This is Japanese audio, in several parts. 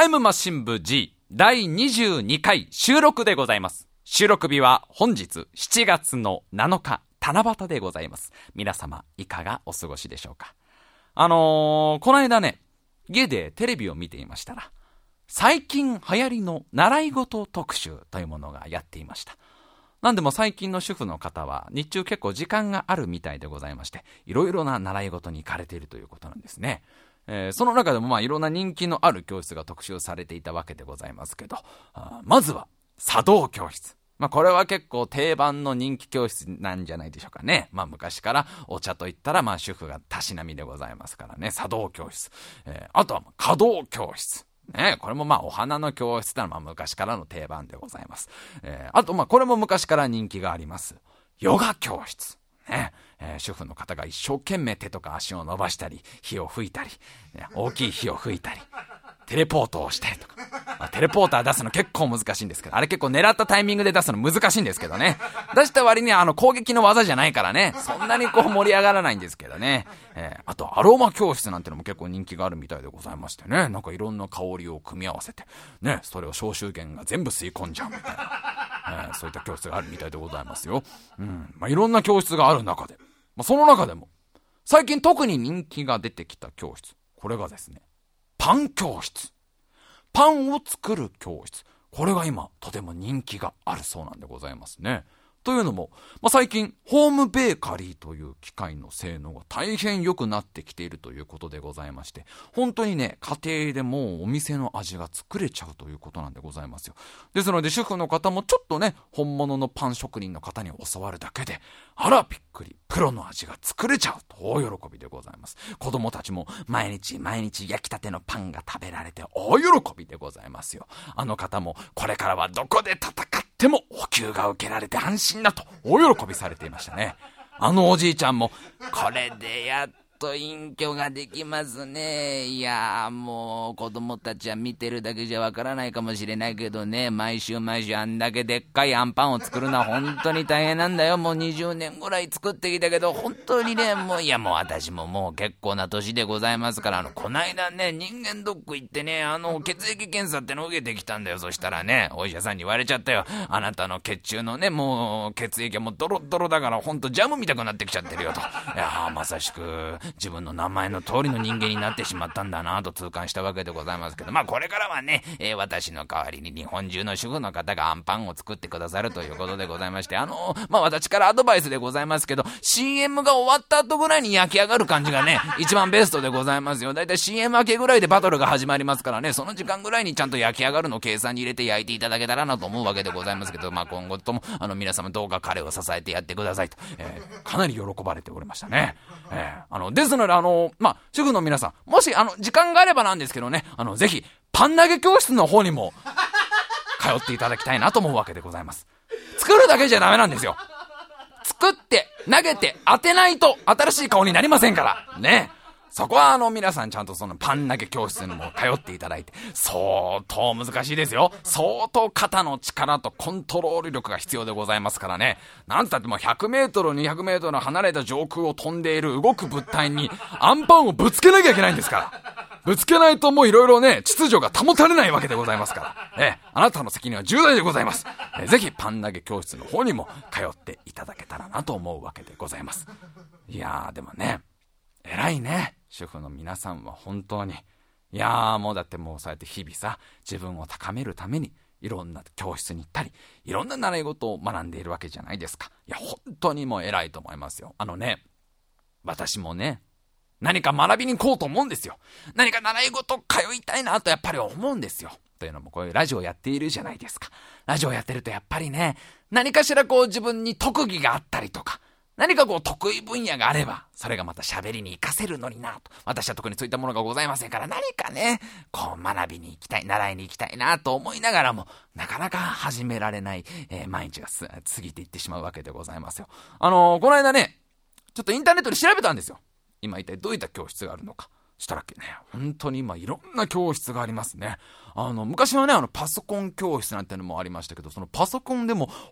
イムマシン部 G 第22回収録でございます。収録日は本日7月の7日七夕でございます。皆様いかがお過ごしでしょうか。この間ね、家でテレビを見ていましたら、最近流行りの習い事特集というものがやっていました。なんでも最近の主婦の方は日中結構時間があるみたいでございまして、いろいろな習い事に行かれているということなんですね。その中でもいろんな人気のある教室が特集されていたわけでございますけど、まずは茶道教室。これは結構定番の人気教室なんじゃないでしょうかね。昔からお茶といったら主婦がたしなみでございますからね。茶道教室。あとは華道教室。これもお花の教室というのは昔からの定番でございます。あとこれも昔から人気があります。ヨガ教室。主婦の方が一生懸命手とか足を伸ばしたり、火を吹いたり、大きい火を吹いたり、テレポートをしたりとか。テレポーター出すの結構難しいんですけど、あれ結構狙ったタイミングで出すの難しいんですけどね。出した割に攻撃の技じゃないからね、そんなに盛り上がらないんですけどね。あとアロマ教室なんてのも結構人気があるみたいでございましてね。いろんな香りを組み合わせて、ね、それを消臭源が全部吸い込んじゃうみたいな。そういった教室があるみたいでございますよ。いろんな教室がある中で、その中でも最近特に人気が出てきた教室、これがですね、パン教室。パンを作る教室。これが今とても人気があるそうなんでございますね。というのも、最近ホームベーカリーという機械の性能が大変良くなってきているということでございまして、本当にね、家庭でもうお店の味が作れちゃうということなんでございますよ。ですので主婦の方もちょっとね、本物のパン職人の方に教わるだけで、あらびっくり、プロの味が作れちゃうと大喜びでございます。子供たちも毎日焼きたてのパンが食べられて大喜びでございますよ。あの方もこれからはどこで戦っても補給が受けられて安心だと大喜びされていましたね。あのおじいちゃんも、これでやっと隠居ができますね。いやもう子供たちは見てるだけじゃわからないかもしれないけどね、毎週あんだけでっかいあんパンを作るのは本当に大変なんだよ。もう20年ぐらい作ってきたけど、本当にね、もう私ももう結構な年でございますから、こないだね、人間ドック行ってね、血液検査ってのを受けてきたんだよ。そしたらね、お医者さんに言われちゃったよ。あなたの血中のね、もう血液はもうドロドロだから、本当ジャムみたくなってきちゃってるよと。いやまさしく自分の名前の通りの人間になってしまったんだなと痛感したわけでございますけど、これからはね、私の代わりに日本中の主婦の方がアンパンを作ってくださるということでございまして、私からアドバイスでございますけど、 CM が終わった後ぐらいに焼き上がる感じがね、一番ベストでございますよ。だいたい CM 明けぐらいでバトルが始まりますからね、その時間ぐらいにちゃんと焼き上がるのを計算に入れて焼いていただけたらなと思うわけでございますけど、今後とも皆様どうか彼を支えてやってくださいと、かなり喜ばれておりましたね。ですので主婦の皆さん、もし時間があればなんですけどね、ぜひパン投げ教室の方にも通っていただきたいなと思うわけでございます。作るだけじゃダメなんですよ。作って投げて当てないと新しい顔になりませんからね。そこは皆さんちゃんとそのパン投げ教室にも通っていただいて、相当難しいですよ。相当肩の力とコントロール力が必要でございますからね。なんつったってもう100メートル200メートル離れた上空を飛んでいる動く物体にアンパンをぶつけなきゃいけないんですから。ぶつけないともういろいろね、秩序が保たれないわけでございますから。あなたの責任は重大でございます。ぜひパン投げ教室の方にも通っていただけたらなと思うわけでございます。いやーでもね、偉いね。主婦の皆さんは本当に。いやーもうだってもうそうやって日々さ、自分を高めるためにいろんな教室に行ったり、いろんな習い事を学んでいるわけじゃないですか。いや本当にもう偉いと思いますよ。私もね、何か学びに行こうと思うんですよ。何か習い事通いたいなとやっぱり思うんですよ。というのもこういうラジオやっているじゃないですか。ラジオやってるとやっぱりね、何かしら自分に特技があったりとか、何か得意分野があれば、それがまた喋りに活かせるのになと。私は特にそういったものがございませんから、何かね、学びに行きたい、習いに行きたいなと思いながらも、なかなか始められない、毎日が過ぎていってしまうわけでございますよ。この間ね、ちょっとインターネットで調べたんですよ。今一体どういった教室があるのか。したらね、本当に今いろんな教室がありますね。昔はね、パソコン教室なんてのもありましたけど、そのパソコンでも本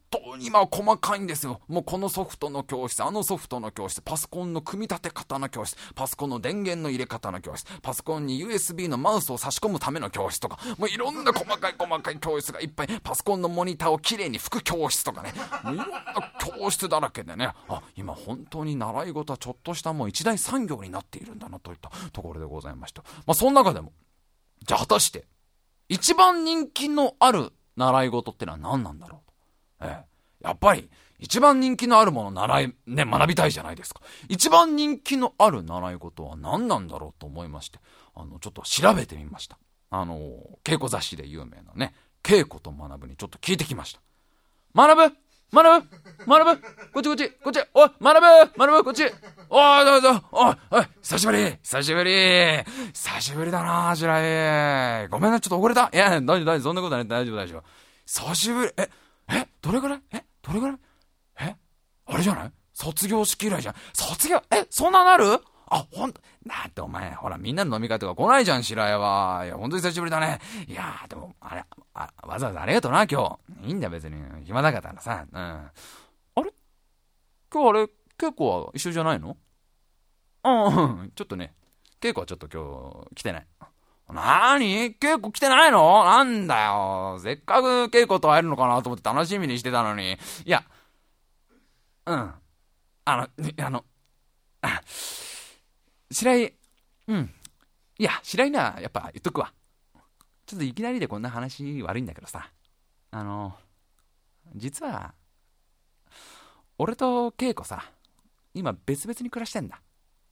当に今は細かいんですよ。もうこのソフトの教室、あのソフトの教室、パソコンの組み立て方の教室、パソコンの電源の入れ方の教室、パソコンに USB のマウスを差し込むための教室とか、もういろんな細かい教室がいっぱい、パソコンのモニターをきれいに拭く教室とかね、いろんな教室だらけでね、今本当に習い事はちょっとしたもう一大産業になっているんだなといったところでございました。その中でも、じゃあ果たして一番人気のある習い事ってのは何なんだろうと。やっぱり一番人気のあるもの学びたいじゃないですか。一番人気のある習い事は何なんだろうと思いまして、ちょっと調べてみました。稽古雑誌で有名なね、稽古と学ぶにちょっと聞いてきました。学ぶこっち、おい、学ぶこっち、おい、久しぶりだな、白井。ごめんな、ちょっと遅れた。いや、大丈夫、そんなことない、大丈夫。久しぶり、どれぐらいあれじゃない？卒業式以来じゃん。そんななる？だってお前、ほら、みんなの飲み会とか来ないじゃん、白井は。いや、ほんとに久しぶりだね。いやでも、わざわざありがとうな、今日。いいんだよ、別に。暇だからさ。あれ？今日稽古は一緒じゃないの？ちょっとね、稽古はちょっと今日来てない。稽古来てないの？なんだよ。せっかく稽古と会えるのかなと思って楽しみにしてたのに。いや、白井、いや、白井にはやっぱ言っとくわ。ちょっといきなりでこんな話悪いんだけどさ。実は、俺と稽古さ、今別々に暮らしてんだ。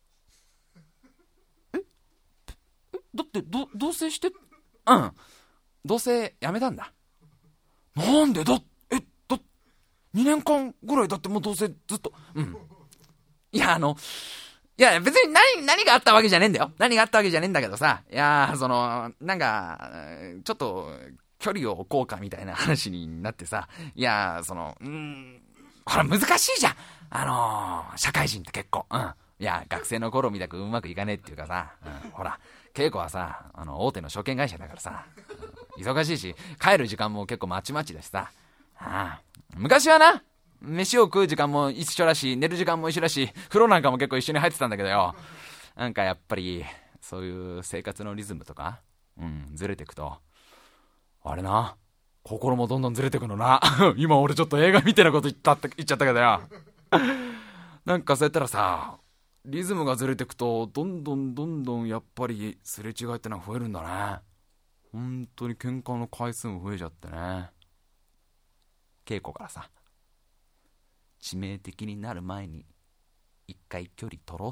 だって、同棲して、同棲やめたんだ。なんで2年間ぐらいだってもう同棲ずっと。いや、別に何があったわけじゃねえんだよ。何があったわけじゃねえんだけどさ。いや、なんか、ちょっと、距離を置こうかみたいな話になってさ。いや、ほら、難しいじゃん。社会人って結構。いや、学生の頃みたくうまくいかねえっていうかさ。ほら、稽古はさ、大手の証券会社だからさ。忙しいし、帰る時間も結構まちまちだしさ。昔はな、飯を食う時間も一緒だし、寝る時間も一緒だし、風呂なんかも結構一緒に入ってたんだけどよ。なんかやっぱり、そういう生活のリズムとか、ずれてくと、あれな、心もどんどんずれてくのな。今俺ちょっと映画みたいなこと言っちゃったけどよ。なんかそうやったらさ、リズムがずれてくと、どんどんやっぱりすれ違いってのは増えるんだね。本当に喧嘩の回数も増えちゃってね。稽古からさ、致命的になる前に一回距離取ろうって。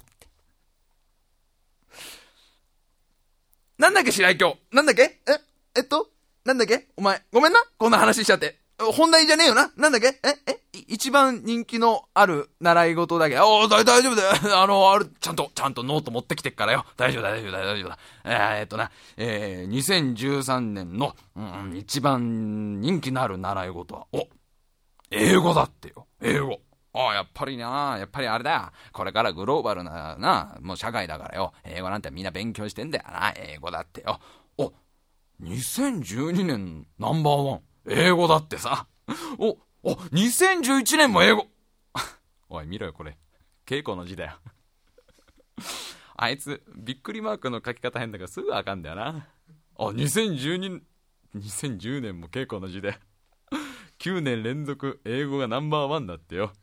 なんだっけ白井今日、なんだっけなんだっけお前、ごめんな、こんな話しちゃって。本題じゃねえよな。なんだっけ一番人気のある習い事だけ。大丈夫だよ。ちゃんとノート持ってきてっからよ。大丈夫だ。2013年の、一番人気のある習い事は、英語だってよ。英語。やっぱりあれだよ。これからグローバルな、もう社会だからよ。英語なんてみんな勉強してんだよな。英語だってよ。2012年ナンバーワン。英語だってさ。2011年も英語。おい見ろよこれ。稽古の字だよ。あいつ、びっくりマークの書き方変だからすぐわかんだよな。2010年も稽古の字で。9年連続英語がナンバーワンだってよ。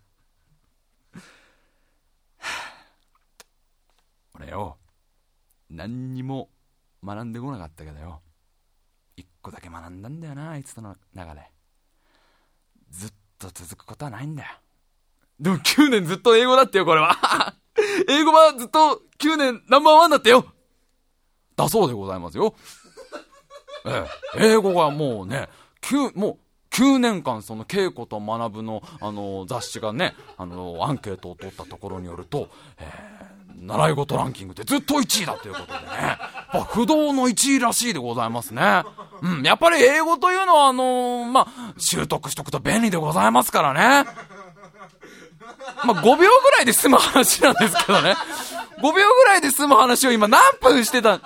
俺よ、何にも学んでこなかったけどよ。一個だけ学んだんだよな、あいつとの中で。ずっと続くことはないんだよ。でも9年ずっと英語だってよ、これは。英語はずっと9年ナンバーワンだってよ。だそうでございますよ。英語がもうね、9年間その稽古と学ぶの、雑誌がね、アンケートを取ったところによると、習い事ランキングでずっと1位だということでね、不動の1位らしいでございますね。やっぱり英語というのは習得しとくと便利でございますからね。5秒ぐらいで済む話なんですけどね。5秒ぐらいで済む話を今何分してた。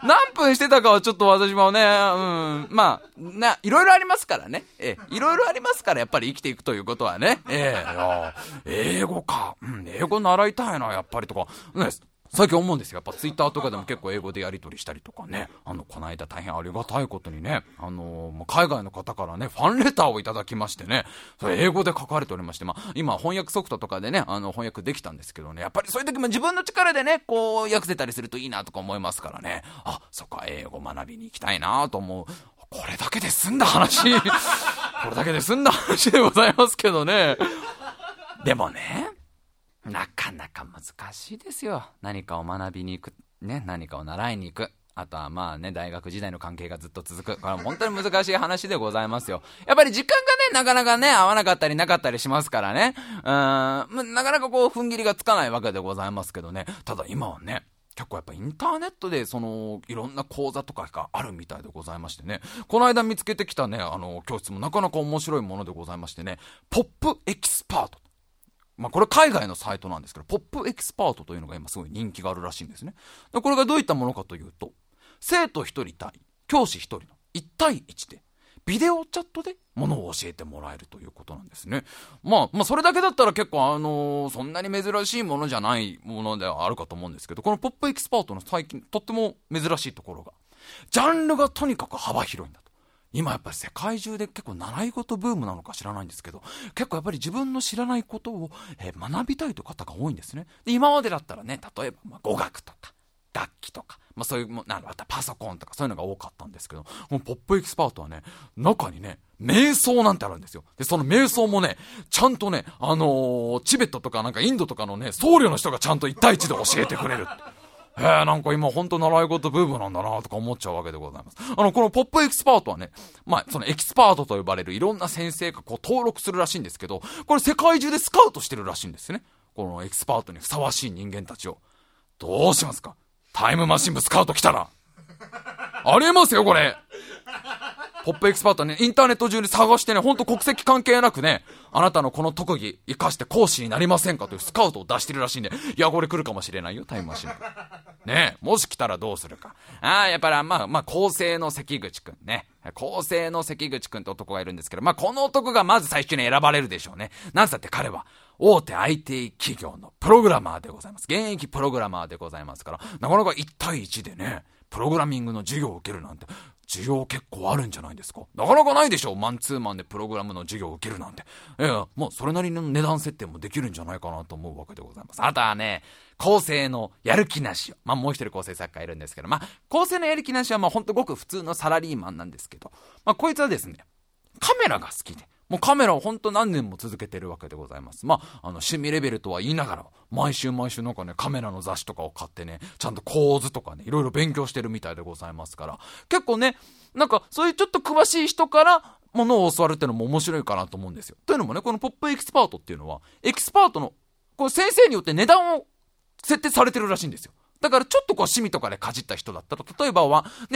何分してたかはちょっと私もね、まあ、いろいろありますからね。いろいろありますから、やっぱり生きていくということはね。英語か。英語習いたいな、やっぱりとか。ね、最近思うんですよ。やっぱツイッターとかでも結構英語でやり取りしたりとかね。この間大変ありがたいことにね、海外の方からね、ファンレターをいただきましてね、それ英語で書かれておりまして、今翻訳ソフトとかでね、翻訳できたんですけどね、やっぱりそういう時も自分の力でね、こう、訳せたりするといいなとか思いますからね。そっか、英語学びに行きたいなと思う。これだけで済んだ話。これだけで済んだ話でございますけどね。でもね、なかなか難しいですよ。何かを学びに行く。ね、何かを習いに行く。あとはまあね、大学時代の関係がずっと続く。これは本当に難しい話でございますよ。やっぱり時間がね、なかなかね、合わなかったりなかったりしますからね。なかなかこう、踏ん切りがつかないわけでございますけどね。ただ今はね、結構やっぱインターネットでいろんな講座とかがあるみたいでございましてね。この間見つけてきたね、教室もなかなか面白いものでございましてね。ポップエキスパート。これ海外のサイトなんですけど、ポップエキスパートというのが今すごい人気があるらしいんですね。でこれがどういったものかというと、生徒一人対教師一人の1対1でビデオチャットでものを教えてもらえるということなんですね。それだけだったら結構そんなに珍しいものじゃないものではあるかと思うんですけど、このポップエキスパートの最近とっても珍しいところが、ジャンルがとにかく幅広いんだと。今やっぱり世界中で結構習い事ブームなのか知らないんですけど、結構やっぱり自分の知らないことを学びたいという方が多いんですね。で今までだったらね、例えば語学とか楽器とか、そういうまたパソコンとかそういうのが多かったんですけど、もうポップエキスパートはね、中にね瞑想なんてあるんですよ。でその瞑想もね、ちゃんとねチベットとかなんかインドとかのね僧侶の人がちゃんと1対1で教えてくれる。なんか今本当習い事ブームなんだなとか思っちゃうわけでございます。このポップエキスパートはね、そのエキスパートと呼ばれるいろんな先生がこう登録するらしいんですけど、これ世界中でスカウトしてるらしいんですね。このエキスパートにふさわしい人間たちを。どうしますか？タイムマシン部スカウト来たら。ありえますよ、これ。ポップエキスパートね、インターネット中に探してね、ほんと国籍関係なくね、あなたのこの特技活かして講師になりませんかというスカウトを出してるらしいんで、いや、これ来るかもしれないよ、タイムマシン部。ねえ、もし来たらどうするか。やっぱり構成の関口くんね。構成の関口くんって男がいるんですけど、この男がまず最初に選ばれるでしょうね。なんつって彼は、大手 IT 企業のプログラマーでございます。現役プログラマーでございますから、なかなか1対1でね、プログラミングの授業を受けるなんて、需要結構あるんじゃないですか。なかなかないでしょ、マンツーマンでプログラムの授業を受けるなんて。もうそれなりの値段設定もできるんじゃないかなと思うわけでございます。あとはね、構成のやる気なしを、もう一人構成作家いるんですけど、構成のやる気なしはほんとごく普通のサラリーマンなんですけど、こいつはですね、カメラが好きで、もうカメラをほんと何年も続けてるわけでございます。趣味レベルとは言いながら、毎週なんかね、カメラの雑誌とかを買ってね、ちゃんと構図とかね、いろいろ勉強してるみたいでございますから、結構ね、なんかそういうちょっと詳しい人からものを教わるっていうのも面白いかなと思うんですよ。というのもね、このポップエキスパートっていうのは、エキスパートの、こう先生によって値段を設定されてるらしいんですよ。だからちょっとこう趣味とかでかじった人だったら、例えば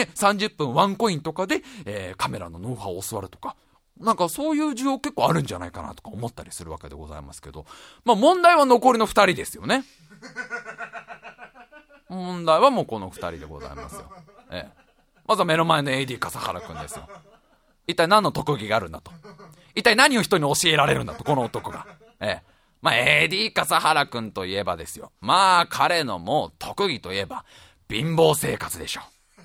30分ワンコインとかで、カメラのノウハウを教わるとか、なんかそういう需要結構あるんじゃないかなとか思ったりするわけでございますけど、問題は残りの2人ですよね。問題はもうこの2人でございますよ。まずは目の前の AD 笠原くんですよ。一体何の特技があるんだと。一体何を人に教えられるんだと、この男が。AD 笠原くんといえばですよ。彼のもう特技といえば貧乏生活でしょ。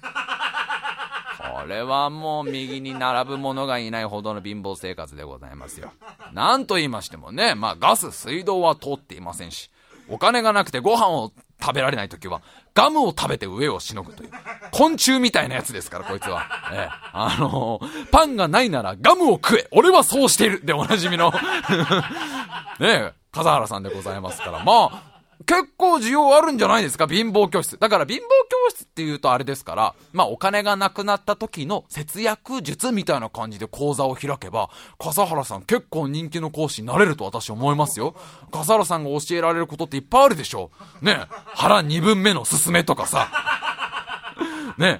これはもう右に並ぶ者がいないほどの貧乏生活でございますよ。なんと言いましてもね、ガス、水道は通っていませんし、お金がなくてご飯を食べられないときはガムを食べて上をしのぐという昆虫みたいなやつですから、こいつは。パンがないならガムを食え、俺はそうしているでおなじみのね、笠原さんでございますから、結構需要あるんじゃないですか、貧乏教室。だから貧乏教室っていうとあれですから、お金がなくなった時の節約術みたいな感じで講座を開けば、笠原さん結構人気の講師になれると私は思いますよ。笠原さんが教えられることっていっぱいあるでしょ。ね、腹2分目のすすめとかさ。ね、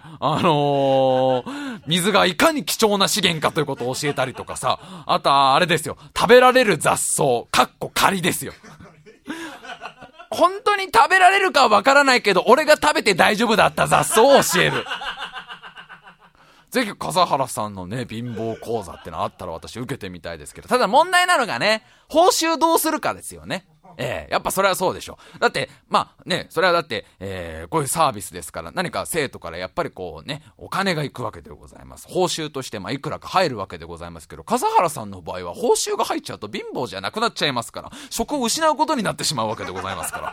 水がいかに貴重な資源かということを教えたりとかさ、あとはあれですよ、食べられる雑草、かっこ仮ですよ。 本当に食べられるかはわからないけど、俺が食べて大丈夫だった雑草を教える。ぜひ笠原さんのね、貧乏講座ってのあったら私受けてみたいですけど、ただ問題なのがね、報酬どうするかですよね。やっぱそれはそうでしょ。だって、まあね、それはだって、こういうサービスですから、何か生徒からやっぱりこうね、お金がいくわけでございます。報酬としていくらか入るわけでございますけど、笠原さんの場合は報酬が入っちゃうと貧乏じゃなくなっちゃいますから、職を失うことになってしまうわけでございますから。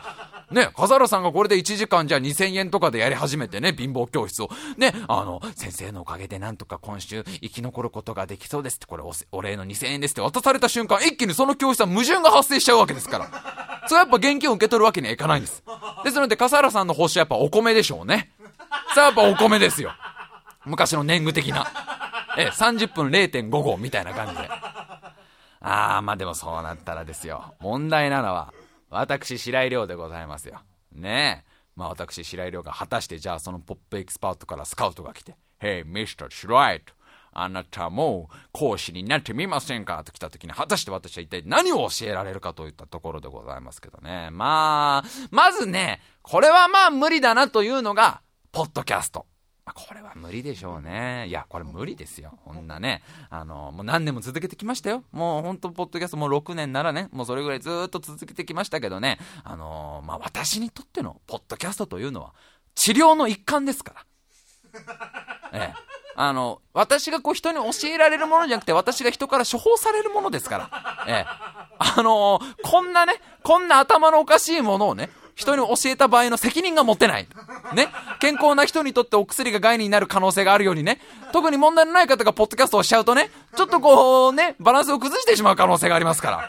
ね、笠原さんがこれで1時間じゃあ2000円とかでやり始めてね、貧乏教室を。ね、先生のおかげでなんとか今週生き残ることができそうですって、これお礼の2000円ですって渡された瞬間、一気にその教室は矛盾が発生しちゃうわけですから。それはやっぱ現金を受け取るわけにはいかないんです。ですので笠原さんの報酬はやっぱお米でしょうね。さあやっぱお米ですよ。昔の年貢的な。30分 0.5 合みたいな感じで。まあでもそうなったらですよ。問題なのは、私白井亮でございますよ。ねえ。まあ私白井亮が果たしてじゃあそのポップエキスパートからスカウトが来て、Hey Mr. 白井と。あなたも講師になってみませんかと来た時に、果たして私は一体何を教えられるかといったところでございますけどね。まずね、これはまあ無理だなというのが、ポッドキャスト。これは無理でしょうね。いや、これ無理ですよ。こんなね。もう何年も続けてきましたよ。もうほんと、ポッドキャストもう6年ならね、もうそれぐらいずっと続けてきましたけどね。私にとってのポッドキャストというのは、治療の一環ですから。私がこう人に教えられるものじゃなくて、私が人から処方されるものですから。こんな頭のおかしいものをね、人に教えた場合の責任が持てない。ね。健康な人にとってお薬が害になる可能性があるようにね、特に問題のない方がポッドキャストをしちゃうとね、ちょっとこうね、バランスを崩してしまう可能性がありますから。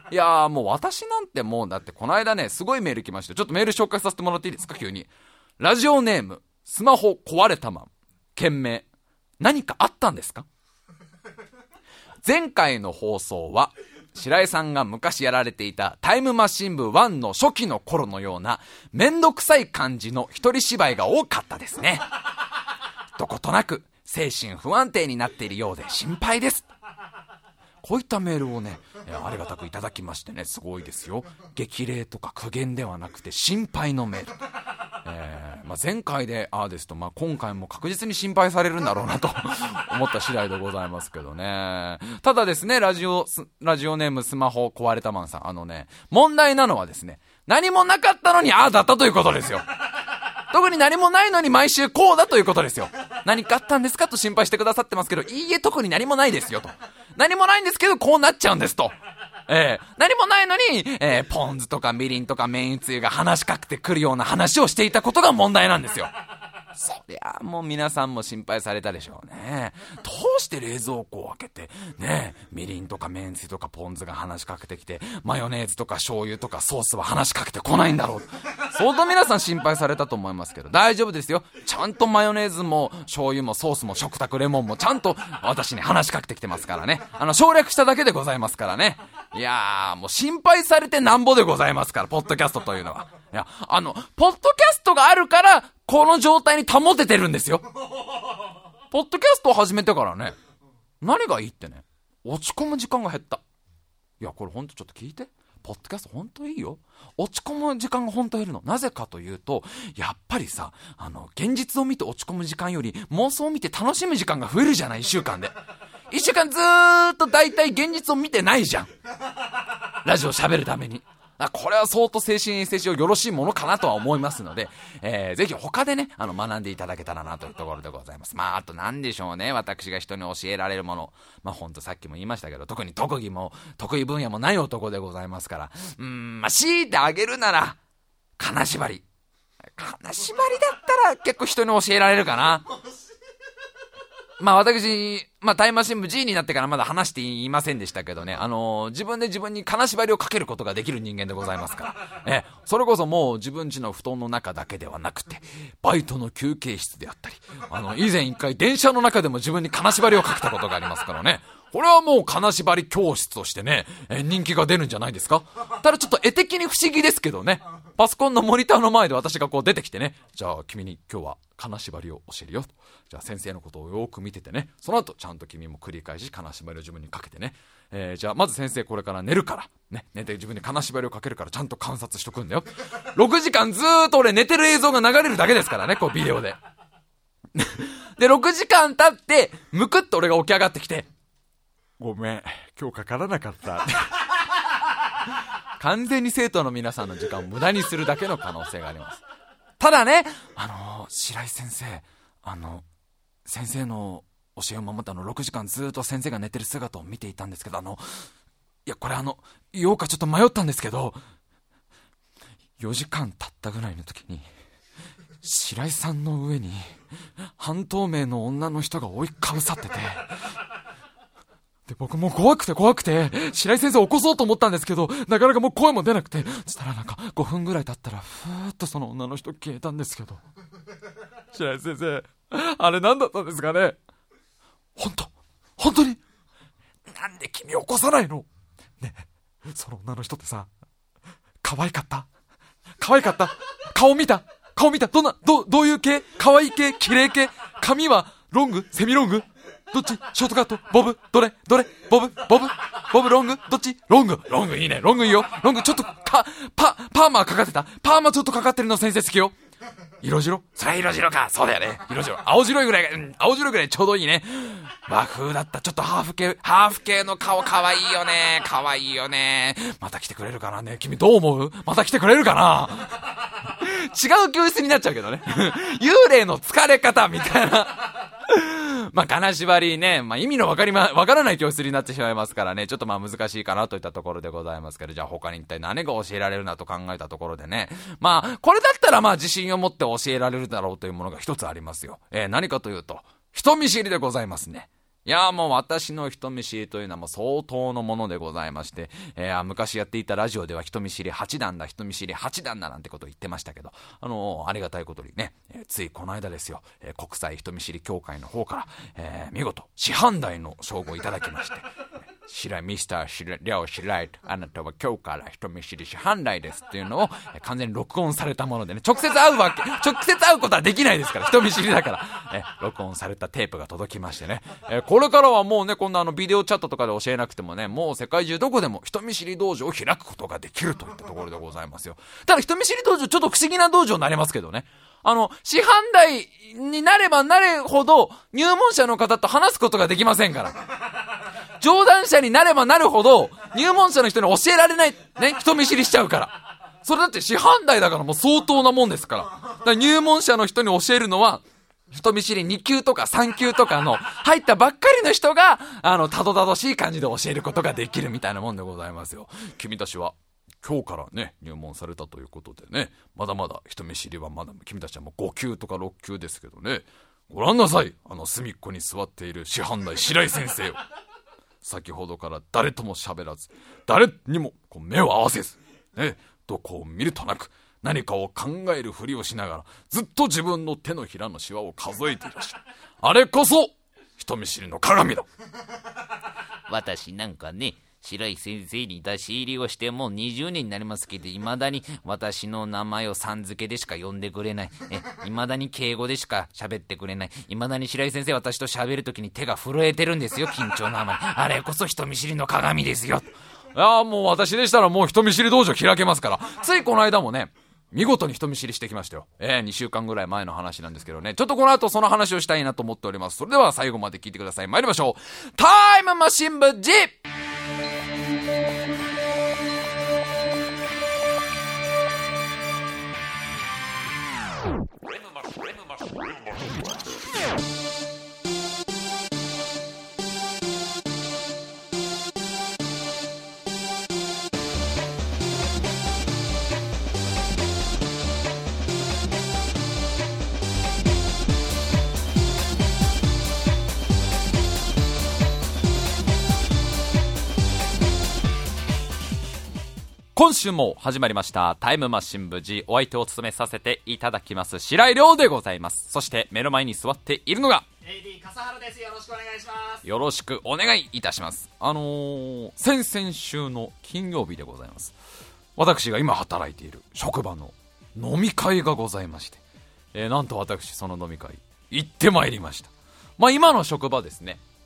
いやーもう私なんてもうだってこの間ね、すごいメール来ました。ちょっとメール紹介させてもらっていいですか、急に。ラジオネーム、スマホ壊れたまん。件名。何かあったんですか？前回の放送は白井さんが昔やられていたタイムマシン部1の初期の頃のようなめんどくさい感じの一人芝居が多かったですね。どことなく精神不安定になっているようで心配です。こういったメールをね、ありがたくいただきましてね、すごいですよ。激励とか苦言ではなくて心配のメール。前回でですと、今回も確実に心配されるんだろうなと思った次第でございますけどね。ただですね、ラジオネームスマホ壊れたマンさん、問題なのはですね、何もなかったのにだったということですよ。特に何もないのに毎週こうだということですよ。何かあったんですかと心配してくださってますけど、いいえ特に何もないですよと。何もないんですけどこうなっちゃうんですと。何もないのに、ポン酢とかみりんとかめんつゆが話しかけてくるような話をしていたことが問題なんですよ。そりゃもう皆さんも心配されたでしょうね。どうして冷蔵庫を開けてね、みりんとかめんつゆとかポン酢が話しかけてきて、マヨネーズとか醤油とかソースは話しかけてこないんだろう。相当皆さん心配されたと思いますけど、大丈夫ですよ。ちゃんとマヨネーズも醤油もソースも食卓レモンもちゃんと私に話しかけてきてますからね。省略しただけでございますからね。いやーもう心配されてなんぼでございますから、ポッドキャストというのは。いや、ポッドキャストがあるからこの状態に保ててるんですよ。ポッドキャストを始めてからね、何がいいってね、落ち込む時間が減った。いやこれほんとちょっと聞いて、ポッドキャストほんといいよ。落ち込む時間がほんと減るの。なぜかというと、やっぱりさ、現実を見て落ち込む時間より妄想を見て楽しむ時間が増えるじゃない。1週間で1週間ずーっとだいたい現実を見てないじゃん、ラジオ喋るために。これは相当精神衛生上よろしいものかなとは思いますので、ぜひ他でね、学んでいただけたらなというところでございます。あと何でしょうね、私が人に教えられるもの。ほんとさっきも言いましたけど、特に特技も得意分野もない男でございますから、強いてあげるなら、金縛り。金縛りだったら結構人に教えられるかな。私、タイムマシン部 G になってからまだ話していませんでしたけどね、自分で自分に金縛りをかけることができる人間でございますから、それこそもう自分家の布団の中だけではなくて、バイトの休憩室であったり、以前一回電車の中でも自分に金縛りをかけたことがありますからね。これはもう金縛り教室としてね、人気が出るんじゃないですか。ただちょっと絵的に不思議ですけどね、パソコンのモニターの前で私がこう出てきてね、じゃあ君に今日は金縛りを教えるよと。じゃあ先生のことをよく見ててね、その後ちゃんと君も繰り返し金縛りを自分にかけてね、 じゃあまず先生これから寝るからね、寝て自分で金縛りをかけるからちゃんと観察しとくんだよ。6時間ずーっと俺寝てる映像が流れるだけですからね、こうビデオでで6時間経ってむくっと俺が起き上がってきて、ごめん今日かからなかった完全に生徒の皆さんの時間を無駄にするだけの可能性があります。ただね、白井先生、先生の教えを守った6時間ずっと先生が寝てる姿を見ていたんですけど、いやこれ言おうかちょっと迷ったんですけど、4時間経ったぐらいの時に白井さんの上に半透明の女の人が覆いかぶさってて、で僕もう怖くて白井先生起こそうと思ったんですけど、なかなかもう声も出なくて、そしたらなんか5分ぐらい経ったらふーっとその女の人消えたんですけど、白井先生あれ何だったんですかね。本当になんで君起こさないのね。その女の人ってさ、可愛かった顔見たどういう系、可愛い系、綺麗系、髪はロングセミロングどっち、ショートカットボブどれボブロングどっち、ロングいいね、ロングいいよ、ロングちょっとパーマかかってた、パーマちょっとかかってるの先生好きよ。色白、それ色白か、そうだよね、色白、青白いぐらい、青白いぐらいちょうどいいね。和風だった、ちょっとハーフ系の顔可愛いよね。また来てくれるかなね、君どう思う？また来てくれるかな違う教室になっちゃうけどね幽霊の疲れ方みたいな金縛りね、意味のわからない教室になってしまいますからね、ちょっと難しいかなといったところでございますけど、じゃあ他に一体何が教えられるなと考えたところでね、これだったら自信を持って教えられるだろうというものが一つありますよ。何かというと人見知りでございますね。いやもう私の人見知りというのはもう相当のものでございまして、昔やっていたラジオでは人見知り8段だなんてことを言ってましたけど、ありがたいことにね、ついこの間ですよ、国際人見知り協会の方から、見事師範代の称号をいただきましてミスター亮白井、あなたは今日から人見知り師範代ですっていうのを、完全に録音されたものでね、直接会うことはできないですから、人見知りだから、録音されたテープが届きましてね、これからはもうね、こんなビデオチャットとかで教えなくてもね、もう世界中どこでも人見知り道場を開くことができるといったところでございますよ。ただ人見知り道場ちょっと不思議な道場になりますけどね、師範代になればなるほど入門者の方と話すことができませんから上段者になればなるほど入門者の人に教えられないね、人見知りしちゃうから。それだって師範代だからもう相当なもんですから。だから入門者の人に教えるのは人見知り2級とか3級とかの入ったばっかりの人がたどたどしい感じで教えることができるみたいなもんでございますよ。君たちは今日からね入門されたということでね、まだまだ人見知りは君たちはもう5級とか6級ですけどね、ご覧なさい、隅っこに座っている師範代白井先生を先ほどから誰とも喋らず、誰にも目を合わせず、ね、どこを見るとなく何かを考えるふりをしながらずっと自分の手のひらのシワを数えていらっしゃる。あれこそ人見知りの鏡だ。 私なんかね、白井先生に出し入りをしてもう20年になりますけど、未だに私の名前をさん付けでしか呼んでくれない、未だに敬語でしか喋ってくれない、未だに白井先生私と喋るときに手が震えてるんですよ、緊張のあまり。あれこそ人見知りの鏡ですよ。 いやもう私でしたらもう人見知り道場開けますから。ついこの間もね見事に人見知りしてきましたよ。2週間ぐらい前の話なんですけどね、ちょっとこの後その話をしたいなと思っております。それでは最後まで聞いてください。参りましょう。タイムマシン部 G。今週も始まりましたタイムマシン部 G。 お相手を務めさせていただきます白井亮でございます。そして目の前に座っているのが AD 笠原です。よろしくお願いします。 よろしくお願いいたします。先々週の金曜日でございます。私が今働いている職場の飲み会がございまして、なんと私その飲み会行ってまいりました。今の職場ですね、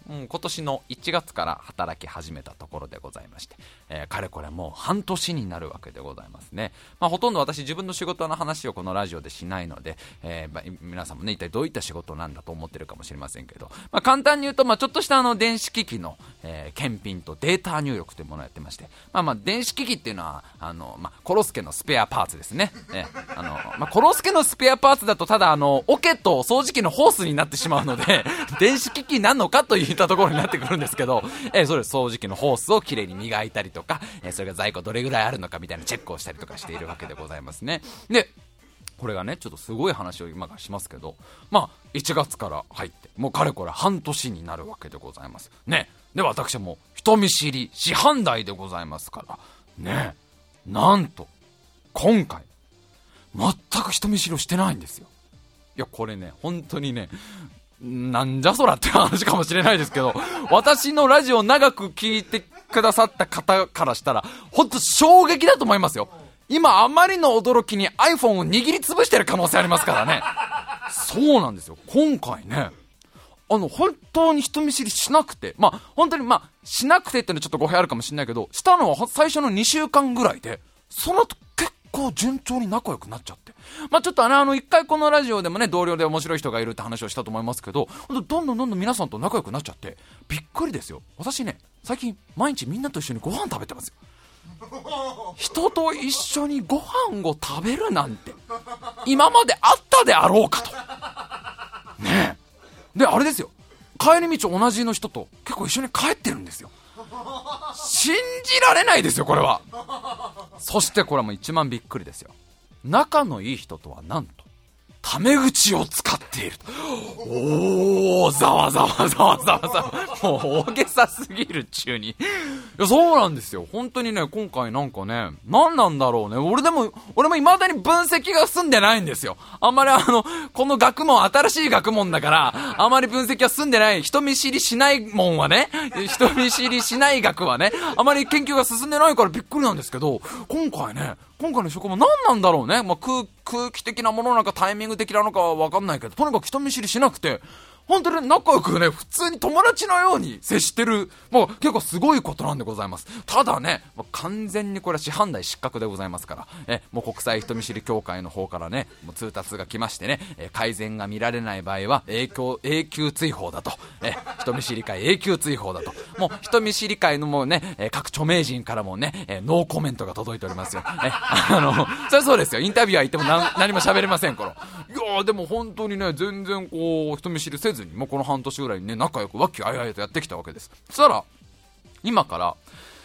今年の1月から働き始めたところでございまして、かれこれもう半年になるわけでございますね。ほとんど私自分の仕事の話をこのラジオでしないので、皆さんもね一体どういった仕事なんだと思ってるかもしれませんけど、簡単に言うと、ちょっとした電子機器の、検品とデータ入力というものをやってまして、電子機器っていうのはコロスケのスペアパーツですね。コロスケのスペアパーツだとただオケと掃除機のホースになってしまうので電子機器なのかといったところになってくるんですけど、それ掃除機のホースをきれいに磨いたりとか、それが在庫どれぐらいあるのかみたいなチェックをしたりとかしているわけでございますね。でこれがねちょっとすごい話を今からしますけど、1月から入ってもうかれこれ半年になるわけでございますね。で私はもう人見知り師範代でございますからね、なんと今回全く人見知りをしてないんですよ。いやこれね本当にねなんじゃそらって話かもしれないですけど、私のラジオ長く聞いてくださった方からしたら本当衝撃だと思いますよ。今あまりの驚きに iPhone を握りつぶしてる可能性ありますからね。そうなんですよ。今回ね本当に人見知りしなくて、本当にしなくてっていうのはちょっと語弊あるかもしれないけど、したのは最初の2週間ぐらいで、その後結構順調に仲良くなっちゃって、ちょっと一回このラジオでもね同僚で面白い人がいるって話をしたと思いますけど、どんどん皆さんと仲良くなっちゃってびっくりですよ。私ね最近毎日みんなと一緒にご飯食べてますよ。人と一緒にご飯を食べるなんて今まであったであろうかとねえ。であれですよ、帰り道同じの人と結構一緒に帰ってるんですよ。信じられないですよこれは。そしてこれはもう一番びっくりですよ。仲のいい人とはなんとタメ口を使っている。おーざわざわざわざわざわ、もう大げさすぎる中に。いやそうなんですよ。本当にね今回なんかね何なんだろうね。俺も未だに分析が済んでないんですよ。あんまりこの学問新しい学問だからあまり分析は済んでない。人見知りしないもんはね、人見知りしない学はねあまり研究が進んでないからびっくりなんですけど、今回の職も何なんだろうね。空気的なものなのかタイミング的なのかは分かんないけど、とにかく人見知りしなくて本当に仲良くね普通に友達のように接してる、結構すごいことなんでございます。ただね完全にこれは師範代失格でございますからもう国際人見知り協会の方からねもう通達が来ましてね、改善が見られない場合は永久追放だと、人見知り会永久追放だと、もう人見知り会のもうね、各著名人からもね、ノーコメントが届いておりますよ。それそうですよ。インタビュアー行っても何も喋れませんから。いやでも本当にね全然人見知りせずにもうこの半年ぐらいにね仲良く和気あいあいとやってきたわけです。そしたら今から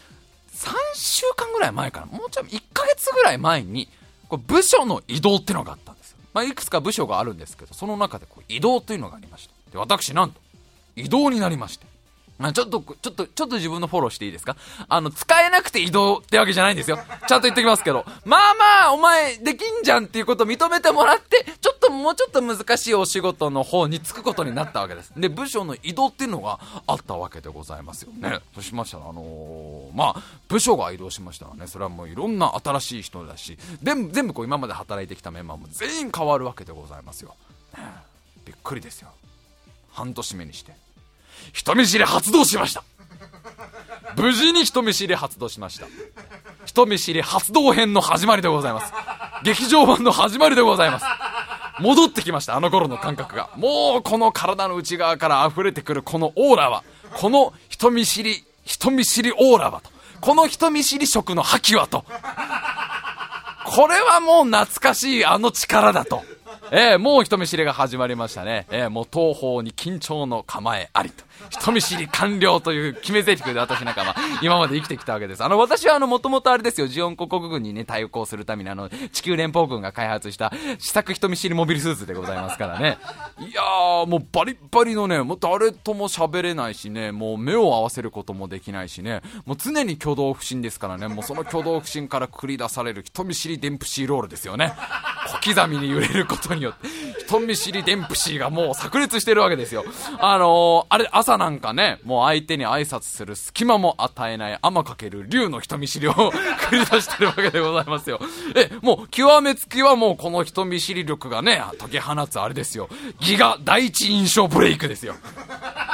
3週間ぐらい前からもうちょい1ヶ月ぐらい前に部署の移動っていうのがあったんですよ。いくつか部署があるんですけど、その中で移動というのがありました。で私なんと移動になりまして、ちょっと自分のフォローしていいですか。使えなくて移動ってわけじゃないんですよ。ちゃんと言ってきますけど、お前できんじゃんっていうことを認めてもらって、もうちょっと難しいお仕事の方に就くことになったわけです。で部署の移動っていうのがあったわけでございますよね。そうしましたら部署が移動しましたらね、それはもういろんな新しい人だし、全部今まで働いてきたメンバーも全員変わるわけでございますよ、びっくりですよ。半年目にして人見知り発動しました。無事に人見知り発動しました。人見知り発動編の始まりでございます。劇場版の始まりでございます。戻ってきました、あの頃の感覚が。もうこの体の内側から溢れてくるこのオーラは、この人見知りオーラはと、この人見知り色の覇気はと、これはもう懐かしいあの力だと、もう人見知りが始まりましたね。もう東方に緊張の構えありと、人見知り完了という決め台詞で私仲間今まで生きてきたわけです。私はもともとあれですよ、ジオン国軍にね対抗するために地球連邦軍が開発した試作人見知りモビルスーツでございますからね。いやーもうバリッバリのね、もう誰とも喋れないしね、もう目を合わせることもできないしね、もう常に挙動不審ですからね。もうその挙動不審から繰り出される人見知りデンプシーロールですよね。小刻みに揺れることによって人見知りデンプシーがもう炸裂してるわけですよ。あれ朝なんかね、もう相手に挨拶する隙間も与えない天かける竜の人見知りを繰り出してるわけでございますよ。もう極めつきはもうこの人見知り力がね解き放つあれですよ、ギガ第一印象ブレイクですよ。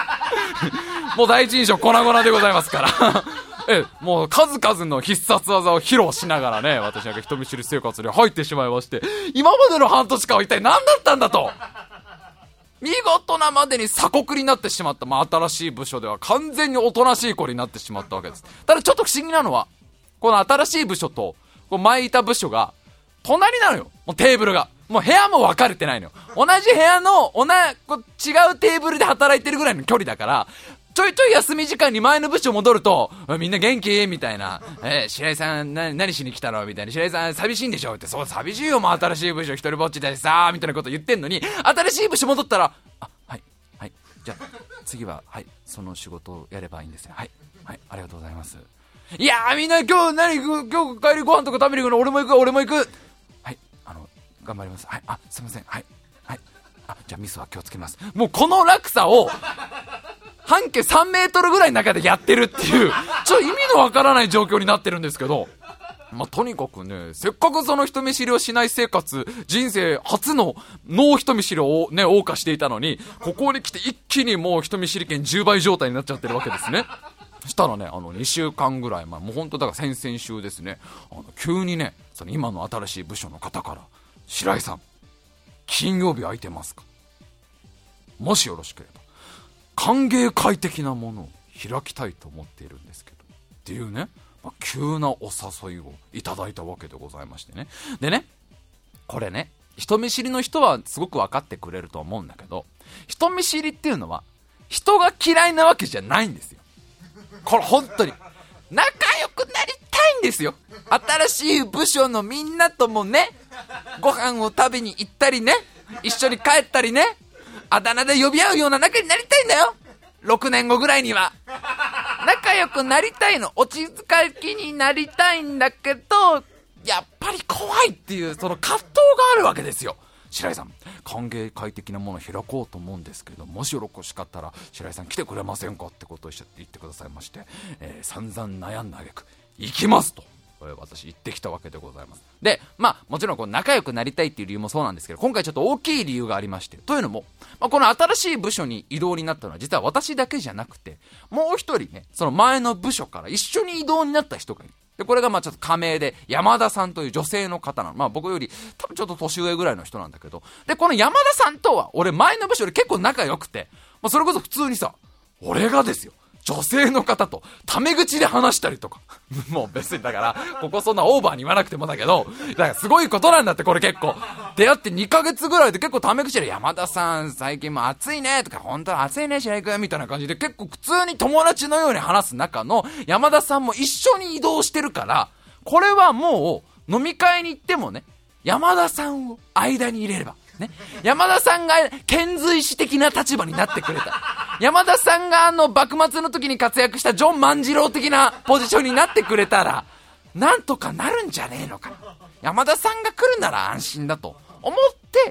もう第一印象粉々でございますからもう数々の必殺技を披露しながらね、私なんか人見知り生活に入ってしまいまして、今までの半年間は一体何だったんだと、見事なまでに鎖国になってしまった、新しい部署では完全におとなしい子になってしまったわけです。ただちょっと不思議なのは、この新しい部署とこう前いた部署が隣なのよ。もうテーブルがもう部屋も分かれてないのよ。同じ部屋のこう違うテーブルで働いてるぐらいの距離だから、ちょいちょい休み時間に前の部署戻ると、みんな元気みたいな、白井さん何しに来たのみたいな、白井さん寂しいんでしょって、そう寂しいよ、もう新しい部署一人ぼっちだしさみたいなこと言ってんのに、新しい部署戻ったら、はいじゃあ次はその仕事をやればいいんですよ、はいありがとうございます。いやーみんな今日帰りご飯とか食べに行くの、俺も行く頑張ります、すいません、じゃあミスは気をつけます。もうこの落差を半径3メートルぐらいの中でやってるっていう、意味のわからない状況になってるんですけど、とにかくね、せっかくその人見知りをしない生活、人生初のノー人見知りをね、謳歌していたのに、ここに来て一気にもう人見知り券10倍状態になっちゃってるわけですね。そしたらね、2週間ぐらい前、もう本当だから先々週ですね、急にね、その今の新しい部署の方から、白井さん、金曜日空いてますか？もしよろしければ歓迎会的なものを開きたいと思っているんですけどっていうね、急なお誘いをいただいたわけでございましてね。でね、これね、人見知りの人はすごく分かってくれると思うんだけど、人見知りっていうのは人が嫌いなわけじゃないんですよ。これ本当に仲良くなりたいんですよ。新しい部署のみんなともね、ご飯を食べに行ったりね、一緒に帰ったりね、あだ名で呼び合うような仲になりたいんだよ。6年後ぐらいには仲良くなりたいの、落ち着かきになりたいんだけど、やっぱり怖いっていうその葛藤があるわけですよ。白井さん、歓迎会的なものを開こうと思うんですけど、もしよろしかったら白井さん来てくれませんかってことを言ってくださいまして、散々悩んだ挙句行きますと私行ってきたわけでございます。で、もちろんこう仲良くなりたいっていう理由もそうなんですけど、今回ちょっと大きい理由がありまして、というのも、この新しい部署に異動になったのは実は私だけじゃなくて、もう一人ね、その前の部署から一緒に異動になった人がいる。で、これがちょっと仮名で山田さんという女性の方なの。僕より多分ちょっと年上ぐらいの人なんだけど、で、この山田さんとは俺前の部署で結構仲良くて、それこそ普通にさ、俺がですよ、女性の方とタメ口で話したりとかもう別にだからここそんなオーバーに言わなくてもだけど、だからすごいことなんだって。これ結構出会って2ヶ月ぐらいで結構タメ口で、山田さん最近も暑いねとか、本当は暑いね白井君みたいな感じで結構普通に友達のように話す中の山田さんも一緒に移動してるから、これはもう飲み会に行ってもね、山田さんを間に入れればね、山田さんが遣隋使的な立場になってくれた、山田さんが幕末の時に活躍したジョン万次郎的なポジションになってくれたらなんとかなるんじゃねえのかな、山田さんが来るなら安心だと思って、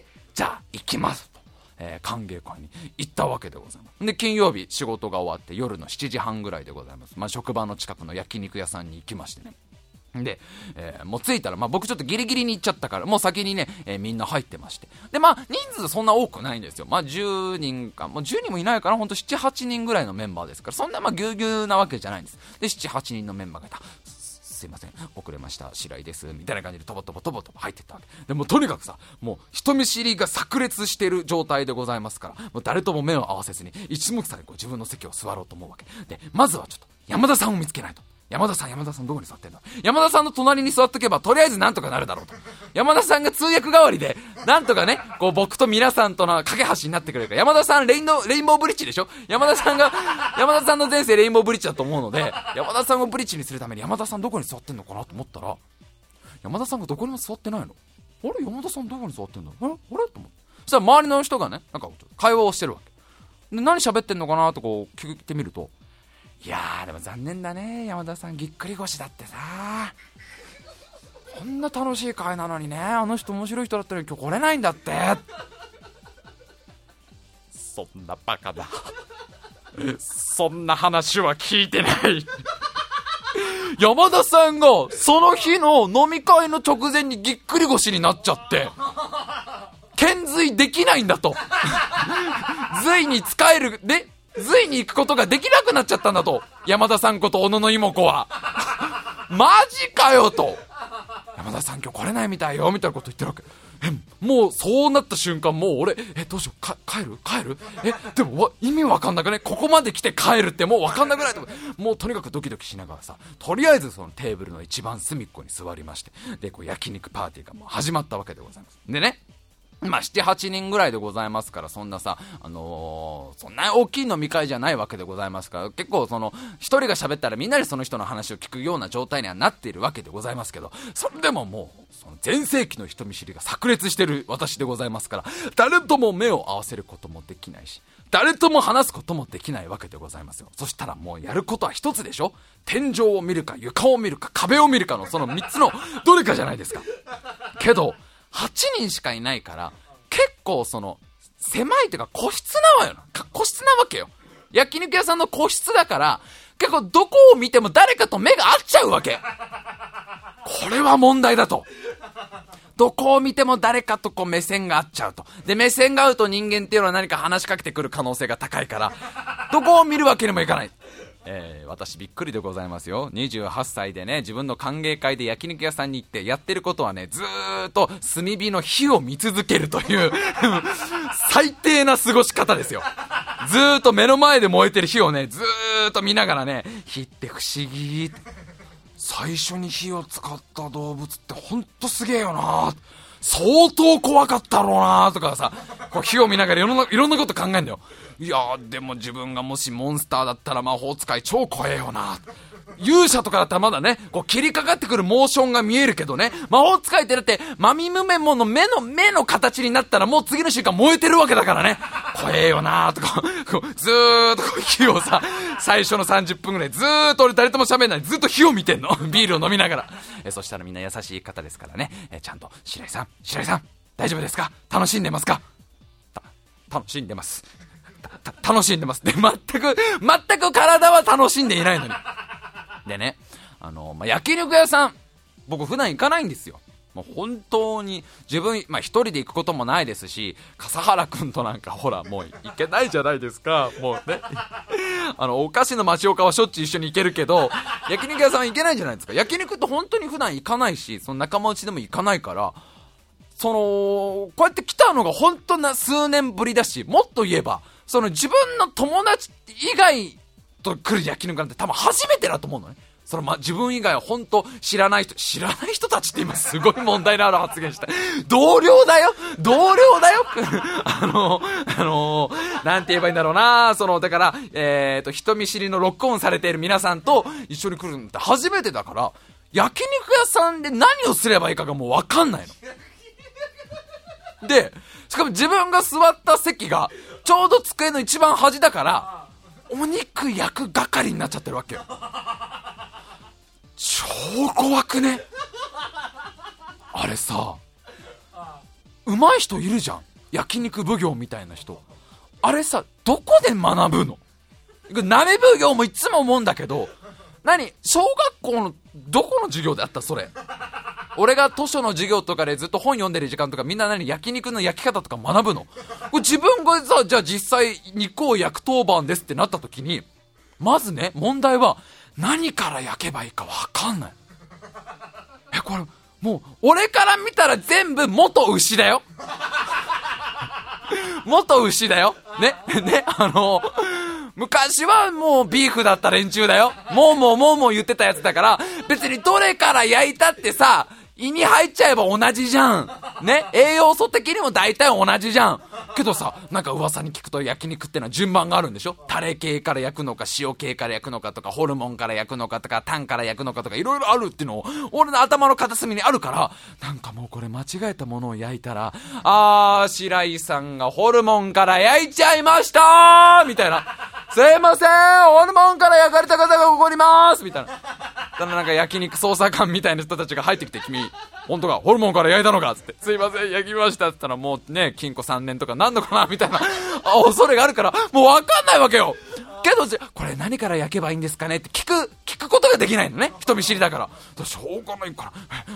じゃあ行きますと、歓迎会に行ったわけでございます。で、金曜日仕事が終わって夜の7時半ぐらいでございます。職場の近くの焼肉屋さんに行きましてね。で、もう着いたら、僕ちょっとギリギリに行っちゃったから、もう先にね、みんな入ってまして。で、人数そんな多くないんですよ。10人か、もう10人もいないかな、ほんと7、8人ぐらいのメンバーですから、そんなぎゅうぎゅうなわけじゃないんです。で、7、8人のメンバーがいた。すいません、遅れました、白井です、みたいな感じでとぼとぼ入ってったわけで、もうとにかくさ、もう人見知りが炸裂している状態でございますから、もう誰とも目を合わせずに一目散に自分の席を座ろうと思うわけで、まずはちょっと山田さんを見つけないと。山田さんどこに座ってんだ。山田さんの隣に座っとけばとりあえずなんとかなるだろうと。山田さんが通訳代わりでなんとかね、僕と皆さんとの架け橋になってくれるから。山田さんレインボーブリッジでしょ。山田さんの前世レインボーブリッジだと思うので、山田さんをブリッジにするために山田さんどこに座ってんのかなと思ったら、山田さんがどこにも座ってないの。あれ、山田さんどこに座ってんだろう。あれと思って、そしたら周りの人がね、なんか会話をしてるわけで、何喋ってんのかなと聞いてみると、いやーでも残念だね、山田さんぎっくり腰だってさ、こんな楽しい会なのにね、あの人面白い人だったのに今日来れないんだって。そんなバカだそんな話は聞いてない山田さんがその日の飲み会の直前にぎっくり腰になっちゃって懸垂できないんだと随に使えるで隋に行くことができなくなっちゃったんだと、山田さんこと小野の妹子は。マジかよと。山田さん今日来れないみたいよみたいなこと言ってるわけ。もうそうなった瞬間、もう俺どうしよう、帰るでも意味わかんなくね、ここまで来て帰るってもうわかんなくないと。もうとにかくドキドキしながらさ、とりあえずそのテーブルの一番隅っこに座りまして、でこう焼肉パーティーがもう始まったわけでございます。でね、まあ、7、8人ぐらいでございますから、そんなさ、そんな大きい飲み会じゃないわけでございますから、結構その、一人が喋ったらみんなでその人の話を聞くような状態にはなっているわけでございますけど、それでももう、その全盛期の人見知りが炸裂してる私でございますから、誰とも目を合わせることもできないし、誰とも話すこともできないわけでございますよ。そしたらもうやることは一つでしょ。天井を見るか、床を見るか、壁を見るかのその3つのどれかじゃないですか。けど、8人しかいないから結構その狭いというか個室なわけよ。焼肉屋さんの個室だから結構どこを見ても誰かと目が合っちゃうわけ。これは問題だと。どこを見ても誰かとこう目線が合っちゃうと。で目線が合うと人間っていうのは何か話しかけてくる可能性が高いからどこを見るわけにもいかない。私びっくりでございますよ。28歳でね、自分の歓迎会で焼肉屋さんに行ってやってることはね、ずーっと炭火の火を見続けるという最低な過ごし方ですよ。ずーっと目の前で燃えてる火をね、ずーっと見ながらね、火って不思議、最初に火を使った動物ってほんとすげえよな、相当怖かったろうなとかさ、こう火を見ながらいろんなこと考えんだよ。いやーでも自分がもしモンスターだったら魔法使い超怖えよな。勇者とかだったらまだね、こう切りかかってくるモーションが見えるけどね、魔法使いってだってマミムメモの目の形になったらもう次の瞬間燃えてるわけだからね、怖えよなとかこうずーっとこう火をさ、最初の30分ぐらいずーっと俺誰とも喋んないでずっと火を見てんのビールを飲みながら。そしたらみんな優しい方ですからね、ちゃんと白井さん大丈夫ですか、楽しんでますか、楽しんでます楽しんでますで、全く体は楽しんでいないのに。でね、焼肉屋さん僕普段行かないんですよ。もう本当に自分、一人で行くこともないですし、笠原くんとなんかほらもう行けないじゃないですか。もうねお菓子の町岡はしょっちゅう一緒に行けるけど焼肉屋さんは行けないじゃないですか。焼肉って本当に普段行かないし、その仲間内でも行かないから、こうやって来たのが本当な数年ぶりだし、もっと言えばその自分の友達以外と来る焼肉なんて多分初めてだと思うのね。自分以外は本当知らない人たちって今すごい問題のある発言した。同僚だよなんて言えばいいんだろうな、だから、人見知りのロックオンされている皆さんと一緒に来るのって初めてだから、焼肉屋さんで何をすればいいかがもう分かんないので、しかも自分が座った席がちょうど机の一番端だからお肉焼く係になっちゃってるわけよ。超怖くね。あれさ、上手い人いるじゃん、焼肉奉行みたいな人。あれさ、どこで学ぶの？鍋奉行もいつも思うんだけど、小学校のどこの授業であったそれ。俺が図書の授業とかでずっと本読んでる時間とかみんな焼肉の焼き方とか学ぶの？これ自分がさ、じゃあ実際肉を焼く当番ですってなった時に、まずね、問題は何から焼けばいいか分かんない。これもう俺から見たら全部元牛だよ元牛だよね昔はもうビーフだった連中だよ。もう言ってたやつだから、別にどれから焼いたってさ、胃に入っちゃえば同じじゃんね、栄養素的にも大体同じじゃん。けどさ、なんか噂に聞くと焼肉ってのは順番があるんでしょ。タレ系から焼くのか、塩系から焼くのかとか、ホルモンから焼くのかとか、タンから焼くのかとか、いろいろあるっていうのを俺の頭の片隅にあるから、なんかもうこれ間違えたものを焼いたら、白井さんがホルモンから焼いちゃいましたみたいな、すいませんホルモンから焼かれた方がここにいますみたいな。だからなんか焼肉捜査官みたいな人たちが入ってきて、君本当かホルモンから焼いたのかつって、すいません焼きましたって言ったら、もうね禁錮3年とかなんのかなみたいな恐れがあるから、もう分かんないわけよ。けどこれ何から焼けばいいんですかねって聞くことがぐできないのね、人見知りだから。しょうがないから、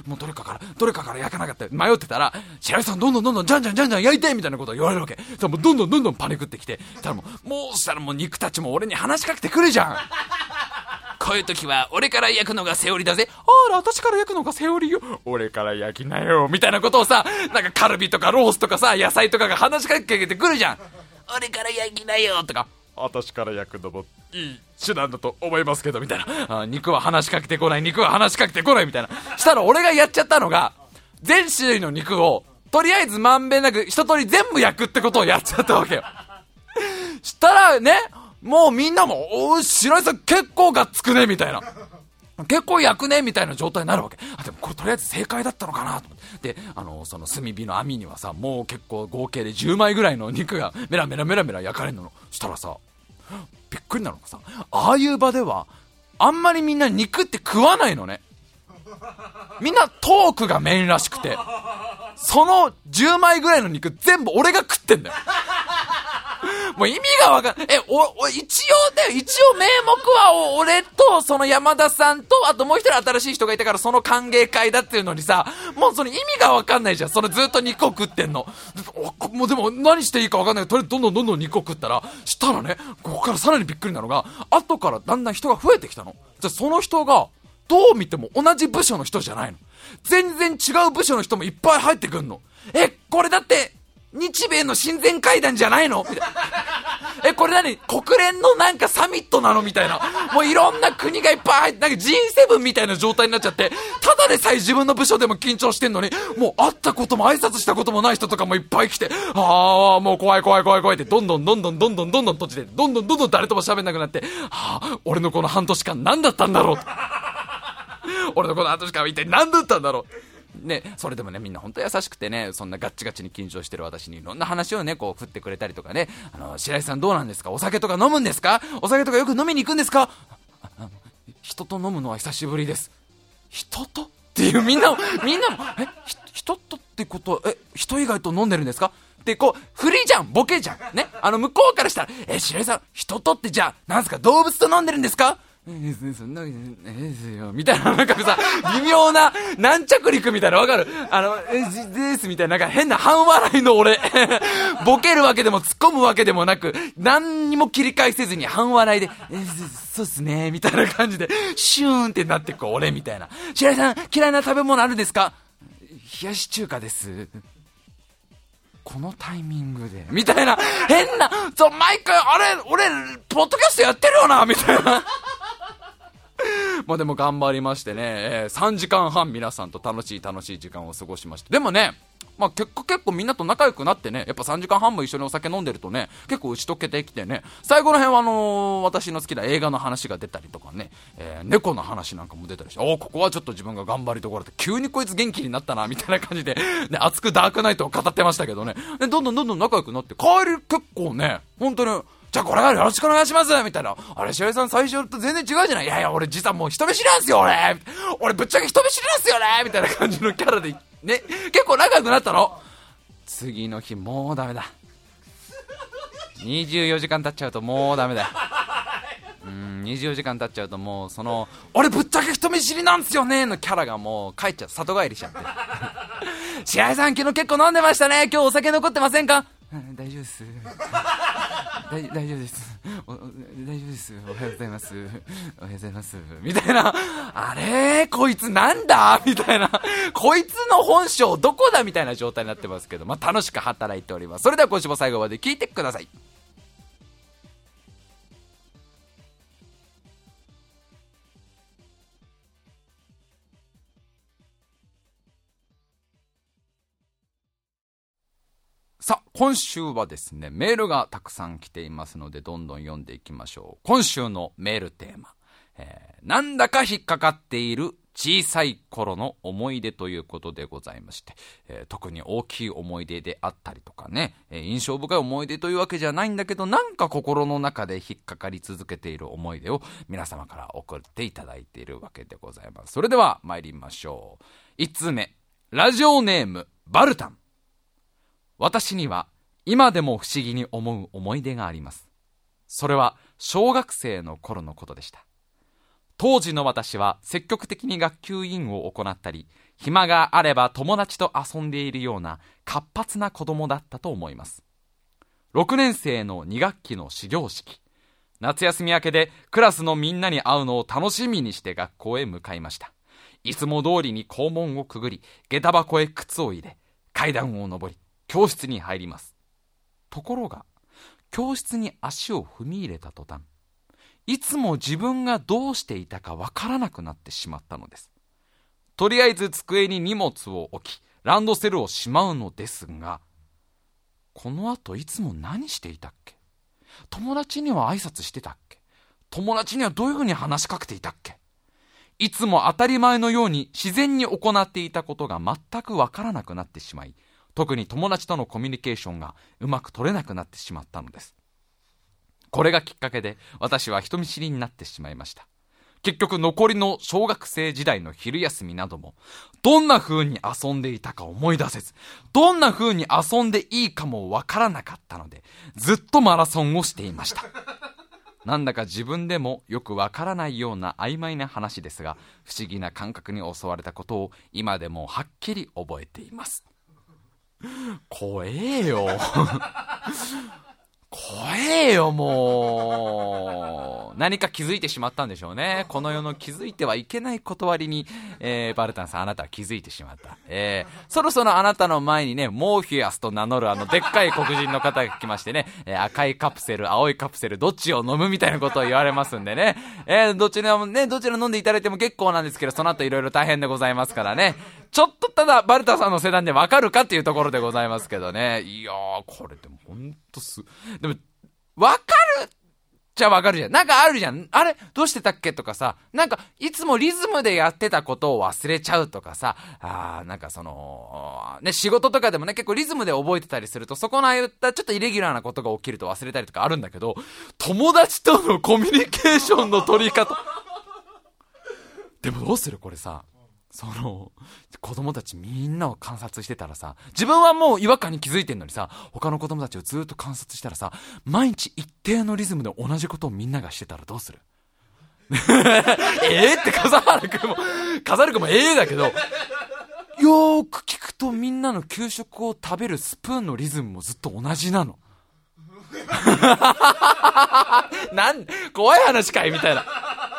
もうどれかから焼かなかった迷ってたら、白井さんどんどんじゃん焼いてみたいなことを言われるわけ。もうどんどんパニクってきて、したらもう肉たちも俺に話しかけてくるじゃん。 こういう時は俺から焼くのがセオリーだぜ。 あら、私から焼くのがセオリーよ。俺から焼きなよ。みたいなことをさ、なんかカルビとかロースとかさ、野菜とかが話しかけてくるじゃん。 俺から焼きなよとか。 私から焼くのもいい手段だと思いますけど、みたいな。肉は話しかけてこない、みたいな。したら俺がやっちゃったのが、全種類の肉を、とりあえずまんべんなく一通り全部焼くってことをやっちゃったわけよ。したらね、もうみんなも、白井さん結構がっつくねみたいな、結構焼くねみたいな状態になるわけ。でもこれとりあえず正解だったのかなと思って。で、その炭火の網にはさ、もう結構合計で10枚ぐらいの肉がメラメラ焼かれるの。したらさ、びっくりなのがさ、ああいう場ではあんまりみんな肉って食わないのね。みんなトークがメインらしくて、その10枚ぐらいの肉全部俺が食ってんだよ。もう意味がわかんない。一応名目は俺とその山田さんと、あともう一人新しい人がいたからその歓迎会だっていうのにさ、もうその意味がわかんないじゃん。そのずっと肉を食ってんの。もうでも何していいかわかんないけど、とりあえずどんどん肉を食ったら、したらね、ここからさらにびっくりなのが、後からだんだん人が増えてきたの。じゃあその人がどう見ても同じ部署の人じゃないの。全然違う部署の人もいっぱい入ってくんの。これだって日米の親善会談じゃないのみたいな。これ何国連のなんかサミットなのみたいな。もういろんな国がいっぱい入って、なんか G7 みたいな状態になっちゃって、ただでさえ自分の部署でも緊張してんのに、もう会ったことも挨拶したこともない人とかもいっぱい来て、もう怖いってどんどん閉じて、どんどん誰とも喋んなくなって、俺のこの半年間何だったんだろう。俺のこの半年間は一体何だったんだろうね。それでもね、みんな本当優しくてね、そんなガッチガチに緊張してる私にいろんな話をね、こう振ってくれたりとかね。白井さんどうなんですか、お酒とか飲むんですか、お酒とかよく飲みに行くんですか。人と飲むのは久しぶりです。人とっていう、みんなも人とってこと人以外と飲んでるんですかってこう振りじゃん、ボケじゃんね。向こうからしたら白井さん人とってじゃあなんすか、動物と飲んでるんですか、そんなですよみたいな、なんかさ微妙な軟着陸みたいな、わかる？ですみたいな、なんか変な半笑いの俺ボケるわけでも突っ込むわけでもなく、何にも切り返せずに半笑いでそうっすねみたいな感じでシューンってなってく俺みたいな。白井さん嫌いな食べ物あるんですか？冷やし中華です。このタイミングでみたいな変な、毎回俺ポッドキャストやってるよなみたいなまあでも頑張りましてね、3時間半皆さんと楽しい時間を過ごしまして、でもね、まあ結構みんなと仲良くなってね、やっぱ3時間半も一緒にお酒飲んでるとね、結構打ち解けてきてね、最後の辺は私の好きな映画の話が出たりとかね、猫の話なんかも出たりして、ここはちょっと自分が頑張りところで、急にこいつ元気になったなみたいな感じで、ね、熱くダークナイトを語ってましたけどね、でどんどん仲良くなって、帰り結構ね、本当にじゃあこれからよろしくお願いしますみたいな。白井さん最初と全然違うじゃない。いや俺実はもう人見知りなんすよ俺ぶっちゃけ人見知りなんすよねみたいな感じのキャラでね、結構仲良くなったの。次の日もうダメだ。24時間経っちゃうともうダメだよ。24時間経っちゃうともう俺ぶっちゃけ人見知りなんすよねのキャラがもう帰っちゃう、里帰りしちゃって白井さん昨日結構飲んでましたね、今日お酒残ってませんか？大丈夫です大丈夫です大丈夫です、おはようございますみたいな、あれこいつなんだみたいな、こいつの本性どこだみたいな状態になってますけど、まあ楽しく働いております。それでは今週も最後まで聞いてください。さあ今週はですね、メールがたくさん来ていますのでどんどん読んでいきましょう。今週のメールテーマ、なんだか引っかかっている小さい頃の思い出ということでございまして、特に大きい思い出であったりとかね、印象深い思い出というわけじゃないんだけど、なんか心の中で引っかかり続けている思い出を皆様から送っていただいているわけでございます。それでは参りましょう。1通目、ラジオネームバルタン。私には今でも不思議に思う思い出があります。それは小学生の頃のことでした。 当時の私は積極的に学級委員を行ったり、暇があれば友達と遊んでいるような活発な子供だったと思います。6年生の2学期の始業式、夏休み明けでクラスのみんなに会うのを楽しみにして学校へ向かいました。いつも通りに校門をくぐり、下駄箱へ靴を入れ、階段を上り、教室に入ります。ところが、教室に足を踏み入れた途端、いつも自分がどうしていたかわからなくなってしまったのです。とりあえず机に荷物を置き、ランドセルをしまうのですが、この後いつも何していたっけ？友達には挨拶してたっけ？友達にはどういうふうに話しかけていたっけ？いつも当たり前のように自然に行っていたことが全くわからなくなってしまい、特に友達とのコミュニケーションがうまく取れなくなってしまったのです。これがきっかけで私は人見知りになってしまいました。結局残りの小学生時代の昼休みなども、どんな風に遊んでいたか思い出せず、どんな風に遊んでいいかもわからなかったので、ずっとマラソンをしていました。なんだか自分でもよくわからないような曖昧な話ですが、不思議な感覚に襲われたことを今でもはっきり覚えています。怖えよ怖えよ、もう。何か気づいてしまったんでしょうね。この世の気づいてはいけない断りに、バルタンさん、あなたは気づいてしまった。そろそろあなたの前にね、モーフィアスと名乗るでっかい黒人の方が来ましてね、赤いカプセル、青いカプセル、どっちを飲むみたいなことを言われますんでね。どちら飲んでいただいても結構なんですけど、その後いろいろ大変でございますからね。ちょっとただ、バルタさんの世代でわかるかっていうところでございますけどね。いやー、これでもほんとでも、わかるじゃわかるじゃん。なんかあるじゃん。あれどうしてたっけとかさ、なんかいつもリズムでやってたことを忘れちゃうとかさ、なんかね、仕事とかでもね、結構リズムで覚えてたりすると、そこの言ったちょっとイレギュラーなことが起きると忘れたりとかあるんだけど、友達とのコミュニケーションの取り方。でもどうするこれさ、子供たちみんなを観察してたらさ、自分はもう違和感に気づいてんのにさ、他の子供たちをずっと観察したらさ、毎日一定のリズムで同じことをみんながしてたらどうする？って笠原くんもだけど、よーく聞くとみんなの給食を食べるスプーンのリズムもずっと同じなの。怖い話かいみたいな。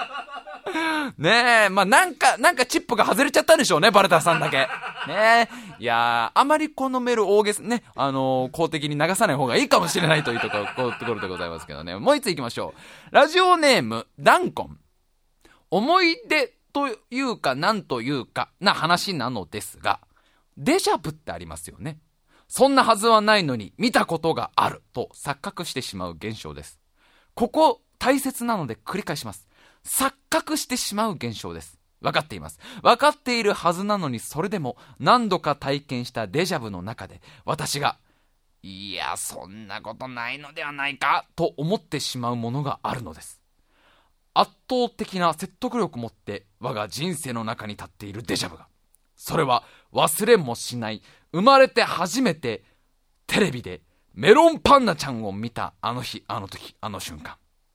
ねえ、まあ、なんかチップが外れちゃったんでしょうね、バルタさんだけ。ねえ。いやー、あまりこのメール大げさね、公的に流さない方がいいかもしれないというところでございますけどね。もう一つ行きましょう。ラジオネーム、ダンコン。思い出というか、なんというか、な話なのですが、デジャブってありますよね。そんなはずはないのに、見たことがあると錯覚してしまう現象です。ここ、大切なので繰り返します。錯覚してしまう現象です。分かっています。分かっているはずなのに、それでも何度か体験したデジャブの中で、私が、いや、そんなことないのではないかと思ってしまうものがあるのです。圧倒的な説得力を持って我が人生の中に立っているデジャブが、それは忘れもしない、生まれて初めてテレビでメロンパンナちゃんを見たあの日、あの時、あの瞬間。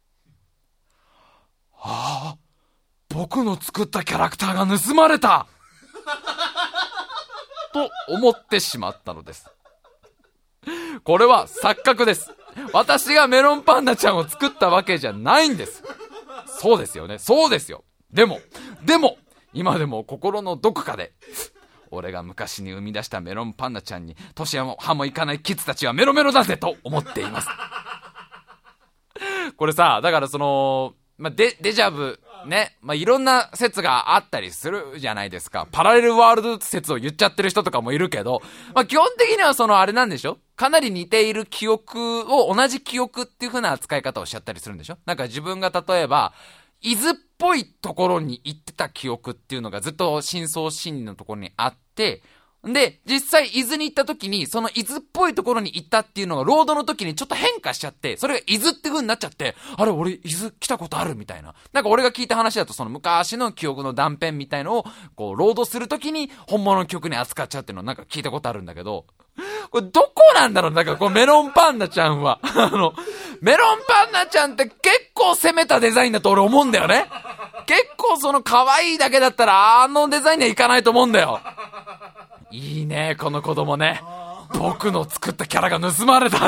僕の作ったキャラクターが盗まれたと思ってしまったのです。これは錯覚です。私がメロンパンナちゃんを作ったわけじゃないんです。そうですよね。そうですよ。でも今でも心のどこかで、俺が昔に生み出したメロンパンナちゃんに年派もいかないキッズたちはメロメロだぜと思っています。これさ、だからデジャブね、いろんな説があったりするじゃないですか。パラレルワールド説を言っちゃってる人とかもいるけど、基本的にはあれなんでしょ？かなり似ている記憶を同じ記憶っていう風な扱い方をしちゃったりするんでしょ？なんか自分が例えば伊豆っぽいところに行ってた記憶っていうのがずっと深層心理のところにあって、で、実際伊豆に行った時に、その伊豆っぽいところに行ったっていうのが、ロードの時にちょっと変化しちゃって、それが伊豆って風になっちゃって、あれ、俺伊豆来たことあるみたいな。なんか俺が聞いた話だと、昔の記憶の断片みたいのを、ロードする時に、本物の記憶に扱っちゃうっていうのをなんか聞いたことあるんだけど、これどこなんだろう？なんかメロンパンナちゃんは。メロンパンナちゃんって結構攻めたデザインだと俺思うんだよね。 結構その可愛いだけだったらあのデザインにはいかないと思うんだよ。いいね、この子供ね。僕の作ったキャラが盗まれたって。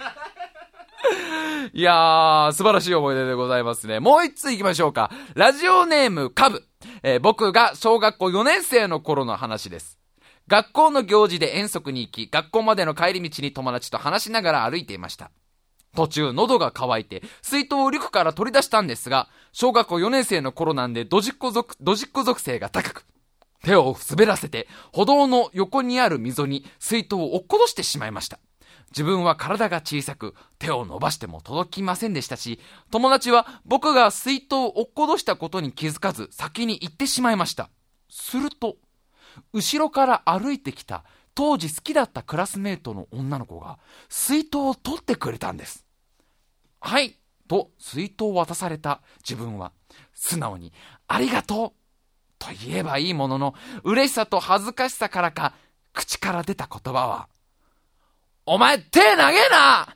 いやー、素晴らしい思い出でございますね。もう一つ行きましょうか。ラジオネームカブ。僕が小学校4年生の頃の話です。学校の行事で遠足に行き、学校までの帰り道に友達と話しながら歩いていました。途中喉が渇いて水筒をリュックから取り出したんですが、小学校4年生の頃なんでドジっ子属性が高く、手を滑らせて歩道の横にある溝に水筒を落っことしてしまいました。自分は体が小さく手を伸ばしても届きませんでしたし、友達は僕が水筒を落っことしたことに気づかず先に行ってしまいました。すると後ろから歩いてきた当時好きだったクラスメートの女の子が水筒を取ってくれたんです。はいと水筒を渡された自分は素直にありがとうと言えばいいものの、嬉しさと恥ずかしさからか口から出た言葉は、お前手投げな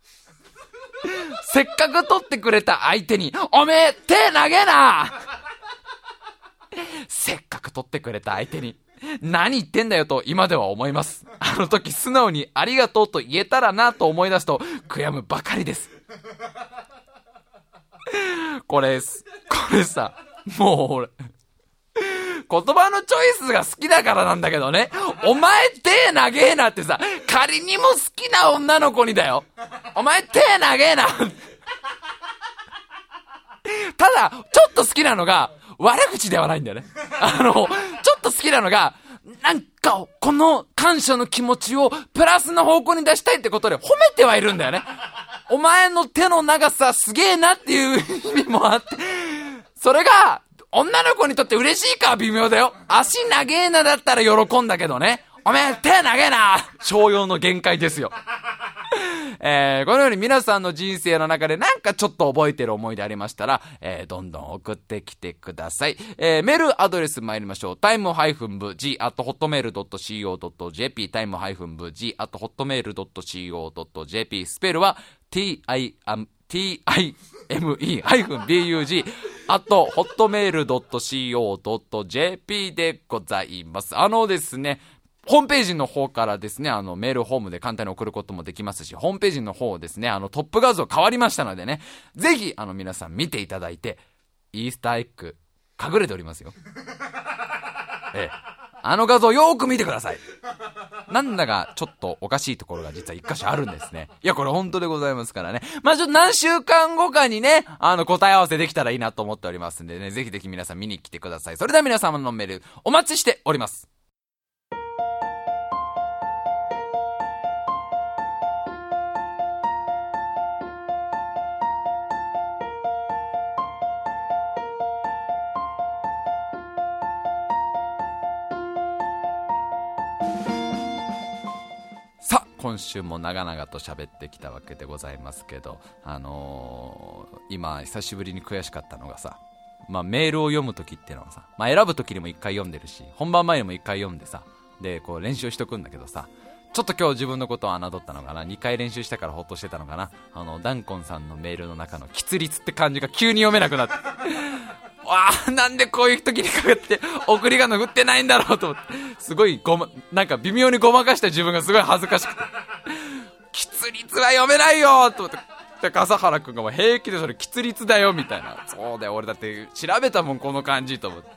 せっかく取ってくれた相手におめえ手投げなせっかく取ってくれた相手に何言ってんだよと今では思います。あの時素直にありがとうと言えたらなと思い出すと悔やむばかりです。これさ、もう俺言葉のチョイスが好きだからなんだけどね。お前手投げーなってさ、仮にも好きな女の子にだよ。お前手投げーなただちょっと好きなのが悪口ではないんだよね。ちょっと好きなのがなんかこの感謝の気持ちをプラスの方向に出したいってことで褒めてはいるんだよね。お前の手の長さすげえなっていう意味もあって、それが女の子にとって嬉しいかは微妙だよ。足長えなだったら喜んだけどね。おめえ手長えな商用の限界ですよ。このように皆さんの人生の中でなんかちょっと覚えてる思い出ありましたら、どんどん送ってきてください。メールアドレス参りましょう。time-bg@hotmail.co.jp time-bg@hotmail.co.jp スペルは time-bug@hotmail.co.jp でございます。ですね、ホームページの方からですね、メールホームで簡単に送ることもできますし、ホームページの方ですね、トップ画像変わりましたのでね、ぜひ皆さん見ていただいて、イースターエッグ隠れておりますよ。画像よーく見てください。なんだかちょっとおかしいところが実は一箇所あるんですね。いやこれ本当でございますからね。まあちょっと何週間後かにね、答え合わせできたらいいなと思っておりますんでね、ぜひぜひ皆さん見に来てください。それでは皆様のメールお待ちしております。今週も長々と喋ってきたわけでございますけど、今久しぶりに悔しかったのがさ、メールを読むときっていうのはさ、選ぶときにも一回読んでるし、本番前にも一回読んでさ、でこう練習しとくんだけどさ、ちょっと今日自分のことを侮ったのかな、2回練習したからほっとしてたのかな、ダンコンさんのメールの中の吉律って漢字が急に読めなくなってなんでこういう時にかかって送り仮名振ってないんだろうと思って、すごいなんか微妙にごまかした自分がすごい恥ずかしくて吉律は読めないよと思って、笠原くんがもう平気でそれ吉律だよみたいな、そうだよ俺だって調べたもんこの漢字と思って、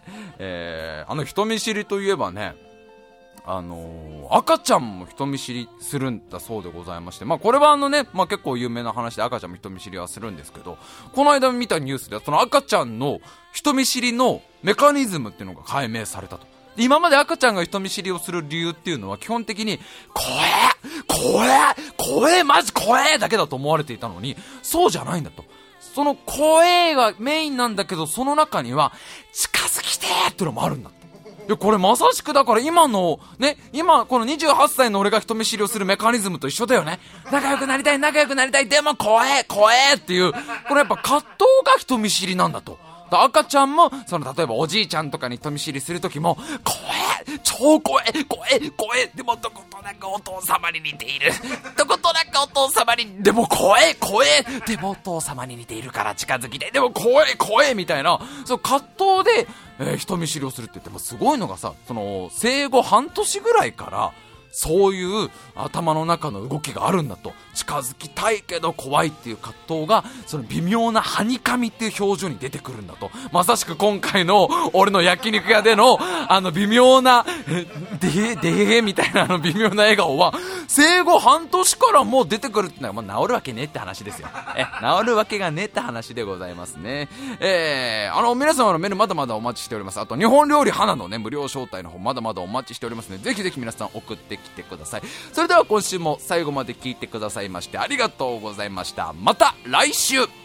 人見知りといえばね、赤ちゃんも人見知りするんだそうでございまして、これは結構有名な話で赤ちゃんも人見知りはするんですけど、この間見たニュースではその赤ちゃんの人見知りのメカニズムっていうのが解明されたと。今まで赤ちゃんが人見知りをする理由っていうのは基本的に怖えマジ怖えだけだと思われていたのに、そうじゃないんだと。その怖えがメインなんだけど、その中には近づきてーってのもあるんだって。いやこれまさしくだから今この28歳の俺が人見知りをするメカニズムと一緒だよね。仲良くなりたいでも怖えっていう、これやっぱ葛藤が人見知りなんだと。 赤ちゃんも、例えばおじいちゃんとかに人見知りするときも、超怖え、でもどことなくお父様に似ている。どことなくお父様に、でも怖え、でもお父様に似ているから近づきで、でも怖え、みたいな、葛藤で、人見知りをするって言ってもすごいのがさ、生後半年ぐらいから、そういう頭の中の動きがあるんだと。近づきたいけど怖いっていう葛藤が、その微妙なはにかみっていう表情に出てくるんだと。まさしく今回の俺の焼肉屋での微妙なみたいな微妙な笑顔は生後半年からもう出てくるってのは、治るわけねって話ですよ。治るわけがねって話でございますね。皆様のメールまだまだお待ちしております。あと日本料理花のね無料招待の方まだまだお待ちしておりますので、ぜひぜひ皆さん送ってきてください。それでは今週も最後まで聞いてくださいましてありがとうございました。また来週。